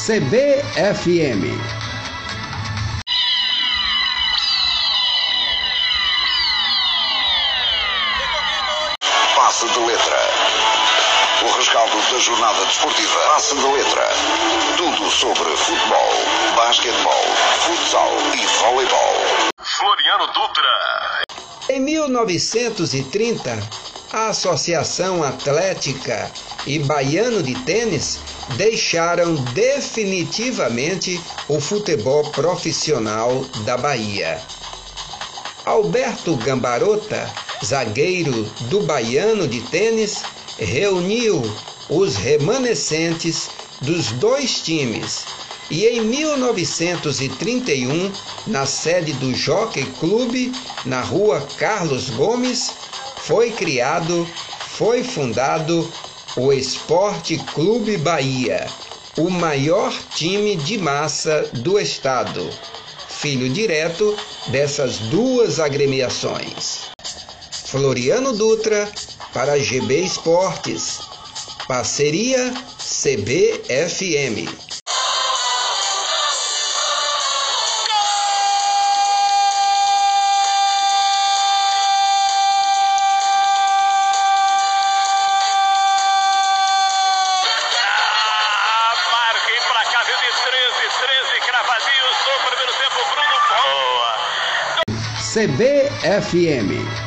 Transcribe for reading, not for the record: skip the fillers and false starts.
CBFM. Passe de letra. O rescaldo da jornada desportiva. Passe de letra. Tudo sobre futebol, basquetebol, futsal e voleibol. Floriano Dutra. Em 1930, a Associação Atlética e Baiano de Tênis deixaram definitivamente o futebol profissional da Bahia. Alberto Gambarota, zagueiro do Baiano de Tênis, reuniu os remanescentes dos dois times e em 1931, na sede do Jockey Clube, na rua Carlos Gomes, foi fundado o Esporte Clube Bahia, o maior time de massa do estado, filho direto dessas duas agremiações. Floriano Dutra para GB Esportes, parceria CBFM. Cravadinhos no primeiro tempo, Bruno Boa. CBFM.